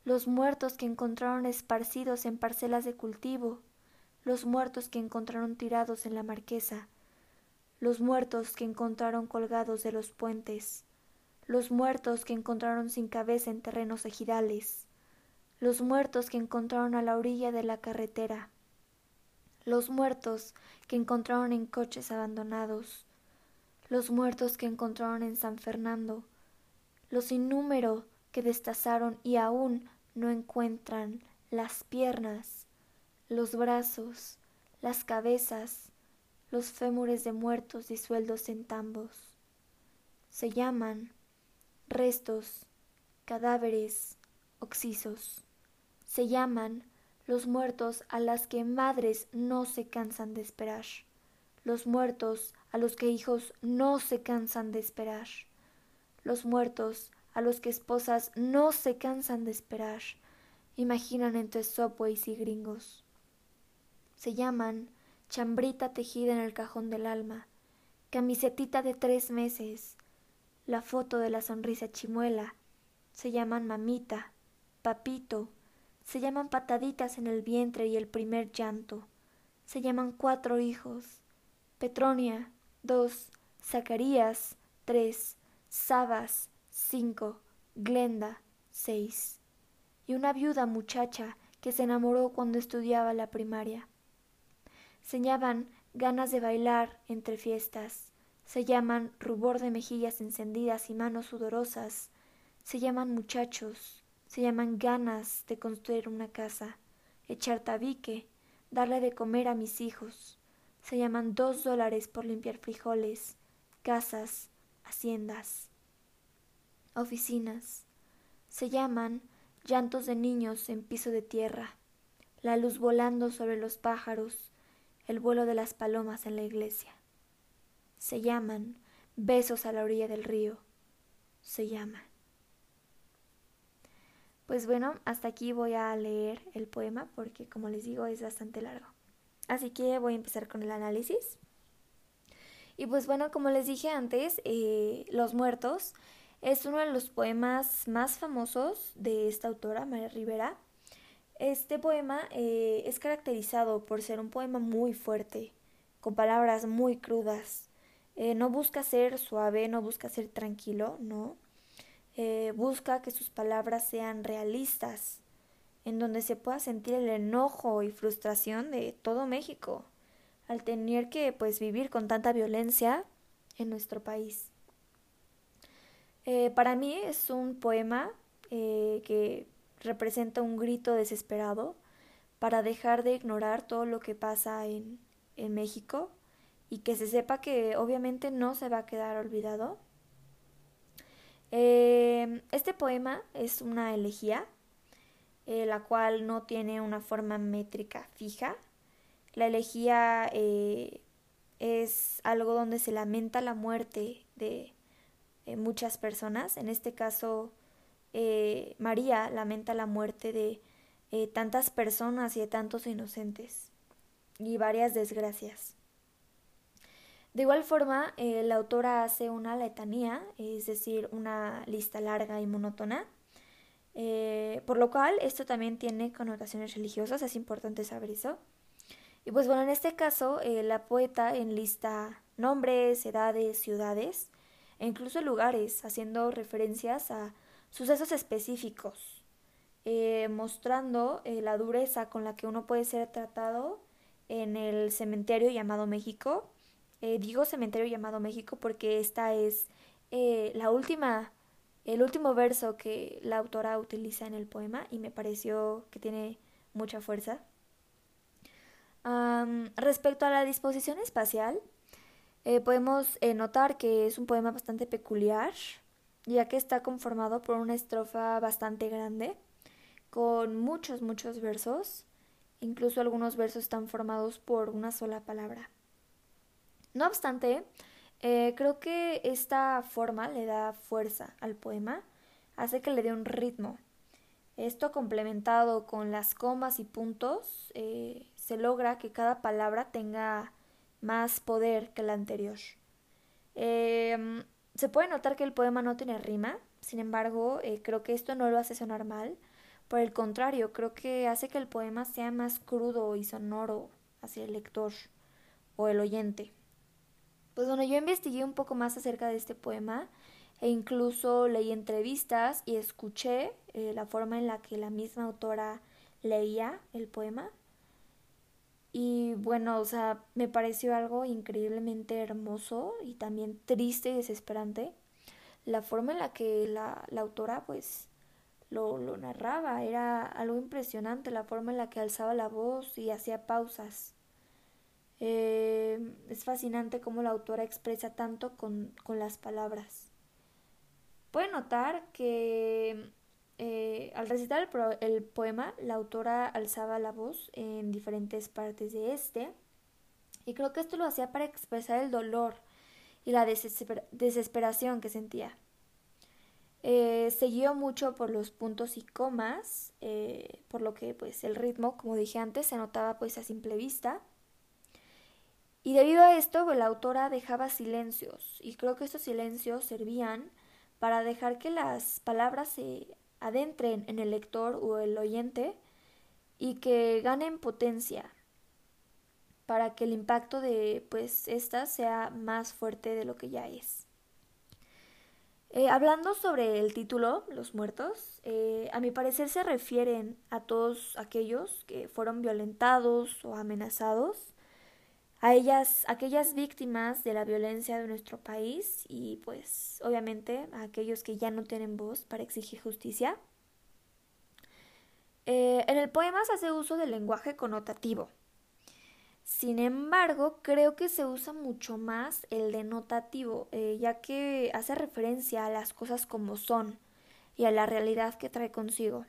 los muertos que encontraron esparcidos en parcelas de cultivo, los muertos que encontraron tirados en la marquesa, los muertos que encontraron colgados de los puentes, los muertos que encontraron sin cabeza en terrenos ejidales, los muertos que encontraron a la orilla de la carretera, los muertos que encontraron en coches abandonados, los muertos que encontraron en San Fernando, los sin número que destazaron y aún no encuentran las piernas, los brazos, las cabezas, los fémures de muertos disueltos en tambos. Se llaman restos, cadáveres, oxisos. Se llaman los muertos a las que madres no se cansan de esperar, los muertos a los que hijos no se cansan de esperar, los muertos a los que esposas no se cansan de esperar, imaginan entre subways y gringos. Se llaman chambrita tejida en el cajón del alma, camisetita de tres meses, la foto de la sonrisa chimuela. Se llaman mamita, papito, se llaman pataditas en el vientre y el primer llanto. Se llaman cuatro hijos, Petronia, dos, Zacarías, tres, Sabas, cinco, Glenda, seis, y una viuda muchacha que se enamoró cuando estudiaba la primaria. Se llaman ganas de bailar entre fiestas, se llaman rubor de mejillas encendidas y manos sudorosas, se llaman muchachos, se llaman ganas de construir una casa, echar tabique, darle de comer a mis hijos, se llaman dos dólares por limpiar frijoles, casas, haciendas, oficinas, se llaman llantos de niños en piso de tierra, la luz volando sobre los pájaros, el vuelo de las palomas en la iglesia. Se llaman besos a la orilla del río. Se llaman. Pues bueno, hasta aquí voy a leer el poema porque, como les digo, es bastante largo. Así que voy a empezar con el análisis. Y pues bueno, como les dije antes, eh, Los Muertos es uno de los poemas más famosos de esta autora, María Rivera. Este poema eh, es caracterizado por ser un poema muy fuerte, con palabras muy crudas. Eh, no busca ser suave, no busca ser tranquilo, no. Eh, busca que sus palabras sean realistas, en donde se pueda sentir el enojo y frustración de todo México al tener que pues vivir con tanta violencia en nuestro país. Eh, para mí es un poema eh, que representa un grito desesperado para dejar de ignorar todo lo que pasa en, en México y que se sepa que obviamente no se va a quedar olvidado. Eh, este poema es una elegía, eh, la cual no tiene una forma métrica fija. La elegía eh, es algo donde se lamenta la muerte de eh, muchas personas. En este caso, eh, María lamenta la muerte de eh, tantas personas y de tantos inocentes y varias desgracias. De igual forma, eh, la autora hace una letanía, es decir, una lista larga y monótona, eh, por lo cual esto también tiene connotaciones religiosas, es importante saber eso. Y pues bueno, en este caso, eh, la poeta enlista nombres, edades, ciudades e incluso lugares, haciendo referencias a sucesos específicos, eh, mostrando eh, la dureza con la que uno puede ser tratado en el cementerio llamado México. Eh, digo cementerio llamado México porque esta es eh, la última, el último verso que la autora utiliza en el poema y me pareció que tiene mucha fuerza. Um, respecto a la disposición espacial, eh, podemos eh, notar que es un poema bastante peculiar, ya que está conformado por una estrofa bastante grande, con muchos, muchos versos. Incluso algunos versos están formados por una sola palabra. No obstante, eh, creo que esta forma le da fuerza al poema, hace que le dé un ritmo. Esto complementado con las comas y puntos, eh, se logra que cada palabra tenga más poder que la anterior. Eh, se puede notar que el poema no tiene rima, sin embargo, eh, creo que esto no lo hace sonar mal, Por el contrario, creo que hace que el poema sea más crudo y sonoro hacia el lector o el oyente. Pues bueno, yo investigué un poco más acerca de este poema e incluso leí entrevistas y escuché eh, la forma en la que la misma autora leía el poema. Y bueno, o sea, me pareció algo increíblemente hermoso y también triste y desesperante. La forma en la que la, la autora pues lo, lo narraba era algo impresionante, la forma en la que alzaba la voz y hacía pausas. Eh, es fascinante cómo la autora expresa tanto con, con las palabras. Puede notar que eh, al recitar el, pro- el poema, la autora alzaba la voz en diferentes partes de este, y creo que esto lo hacía para expresar el dolor y la desesper- desesperación que sentía. Eh, se guió mucho por los puntos y comas, eh, por lo que pues el ritmo, como dije antes, se notaba pues a simple vista. Y debido a esto, pues, la autora dejaba silencios, y creo que estos silencios servían para dejar que las palabras se adentren en el lector o el oyente y que ganen potencia, para que el impacto de pues esta sea más fuerte de lo que ya es. Eh, hablando sobre el título, Los Muertos, eh, a mi parecer se refieren a todos aquellos que fueron violentados o amenazados, a ellas, aquellas víctimas de la violencia de nuestro país y pues obviamente a aquellos que ya no tienen voz para exigir justicia. Eh, en el poema se hace uso del lenguaje connotativo. Sin embargo, creo que se usa mucho más el denotativo, eh, ya que hace referencia a las cosas como son y a la realidad que trae consigo.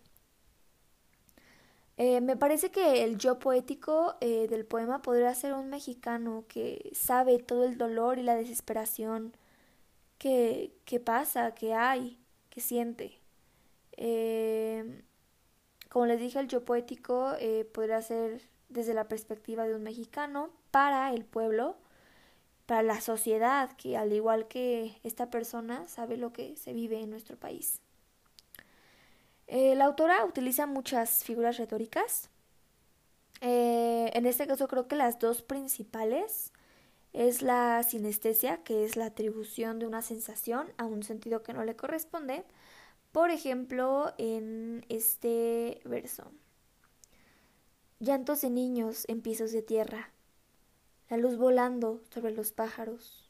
Eh, me parece que el yo poético eh, del poema podría ser un mexicano que sabe todo el dolor y la desesperación que, que pasa, que hay, que siente. Eh, como les dije, el yo poético eh, podría ser desde la perspectiva de un mexicano para el pueblo, para la sociedad, que al igual que esta persona sabe lo que se vive en nuestro país. Eh, la autora utiliza muchas figuras retóricas. Eh, en este caso creo que las dos principales es la sinestesia, que es la atribución de una sensación a un sentido que no le corresponde. Por ejemplo, en este verso: llantos de niños en pisos de tierra, la luz volando sobre los pájaros.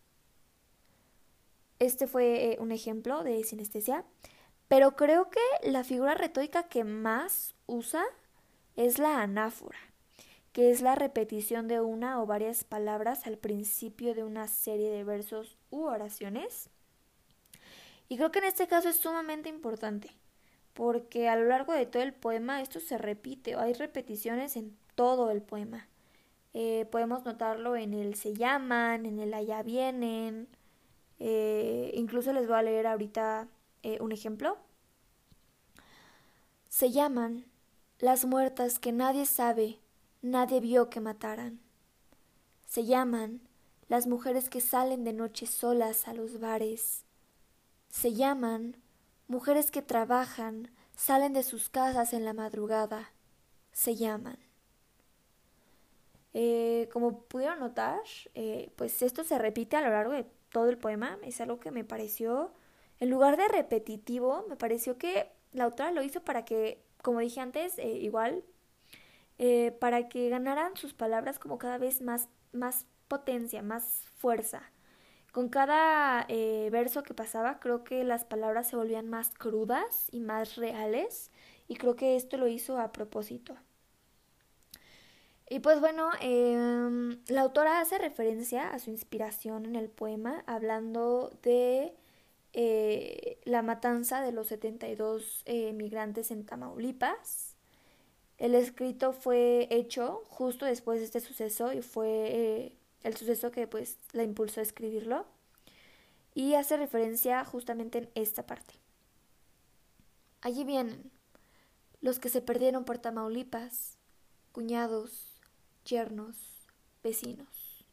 Este fue eh, un ejemplo de sinestesia, pero creo que la figura retórica que más usa es la anáfora, que es la repetición de una o varias palabras al principio de una serie de versos u oraciones. Y creo que en este caso es sumamente importante, porque a lo largo de todo el poema esto se repite, hay repeticiones en todo el poema. Eh, podemos notarlo en el se llaman, en el allá vienen, eh, incluso les voy a leer ahorita eh, un ejemplo. Se llaman las muertas que nadie sabe, nadie vio que mataran. Se llaman las mujeres que salen de noche solas a los bares. Se llaman mujeres que trabajan, salen de sus casas en la madrugada. Se llaman. Eh, como pudieron notar, eh, pues esto se repite a lo largo de todo el poema. Es algo que me pareció, en lugar de repetitivo, me pareció que la autora lo hizo para que, como dije antes, eh, igual, eh, para que ganaran sus palabras como cada vez más, más potencia, más fuerza. Con cada eh, verso que pasaba, creo que las palabras se volvían más crudas y más reales, y creo que esto lo hizo a propósito. Y pues bueno, eh, la autora hace referencia a su inspiración en el poema, hablando de eh, la matanza de los setenta y dos eh, migrantes en Tamaulipas. El escrito fue hecho justo después de este suceso y fue eh, el suceso que pues la impulsó a escribirlo, y hace referencia justamente en esta parte. Allí vienen los que se perdieron por Tamaulipas, cuñados, yernos, vecinos.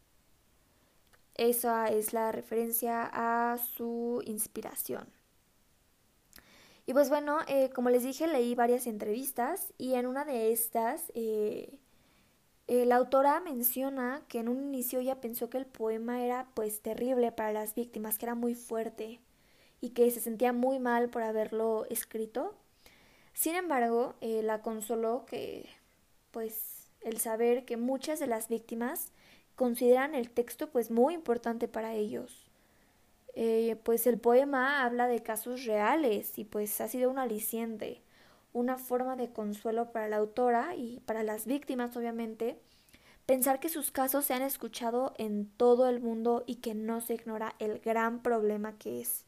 Esa es la referencia a su inspiración. Y pues bueno, eh, como les dije, leí varias entrevistas y en una de estas eh, eh, la autora menciona que en un inicio ella pensó que el poema era pues terrible para las víctimas, que era muy fuerte y que se sentía muy mal por haberlo escrito. Sin embargo, eh, la consoló que pues el saber que muchas de las víctimas consideran el texto pues muy importante para ellos. Eh, pues el poema habla de casos reales y pues ha sido un aliciente, una forma de consuelo para la autora y para las víctimas, obviamente, pensar que sus casos se han escuchado en todo el mundo y que no se ignora el gran problema que es.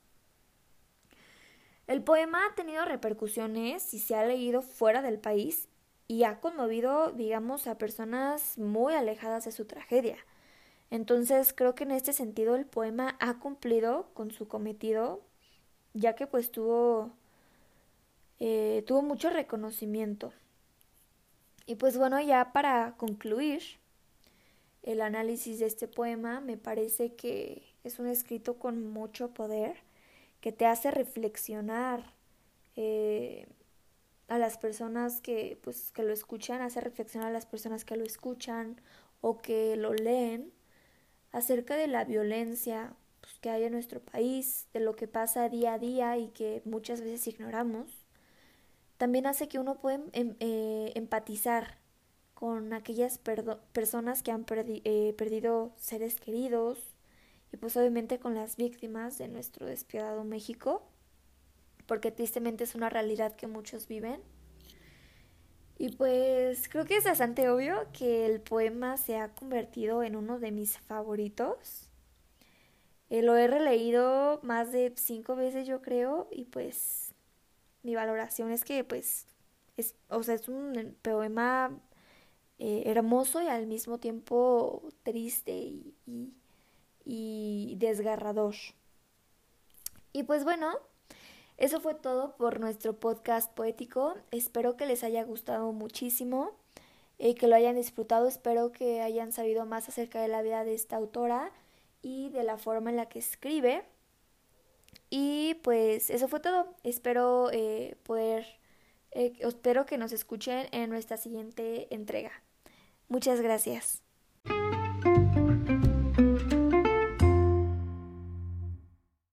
El poema ha tenido repercusiones y se ha leído fuera del país y ha conmovido, digamos, a personas muy alejadas de su tragedia. Entonces creo que en este sentido el poema ha cumplido con su cometido, ya que pues tuvo, eh, tuvo mucho reconocimiento. Y pues bueno, ya para concluir el análisis de este poema, me parece que es un escrito con mucho poder, que te hace reflexionar eh, a las personas que, pues, que lo escuchan, hace reflexionar a las personas que lo escuchan o que lo leen, acerca de la violencia pues, que hay en nuestro país, de lo que pasa día a día y que muchas veces ignoramos. También hace que uno pueda em, eh, empatizar con aquellas personas que han perdi eh, perdido seres queridos y pues obviamente con las víctimas de nuestro despiadado México, porque tristemente es una realidad que muchos viven. Y pues creo que es bastante obvio que el poema se ha convertido en uno de mis favoritos. Eh, lo he releído más de cinco veces, yo creo, y pues mi valoración es que pues es, o sea, es un poema eh, hermoso y al mismo tiempo triste y, y, y desgarrador. Y pues bueno, eso fue todo por nuestro podcast poético. Espero que les haya gustado muchísimo, eh, que lo hayan disfrutado. Espero que hayan sabido más acerca de la vida de esta autora y de la forma en la que escribe. Y pues eso fue todo. Espero eh, poder, eh, espero que nos escuchen en nuestra siguiente entrega. Muchas gracias.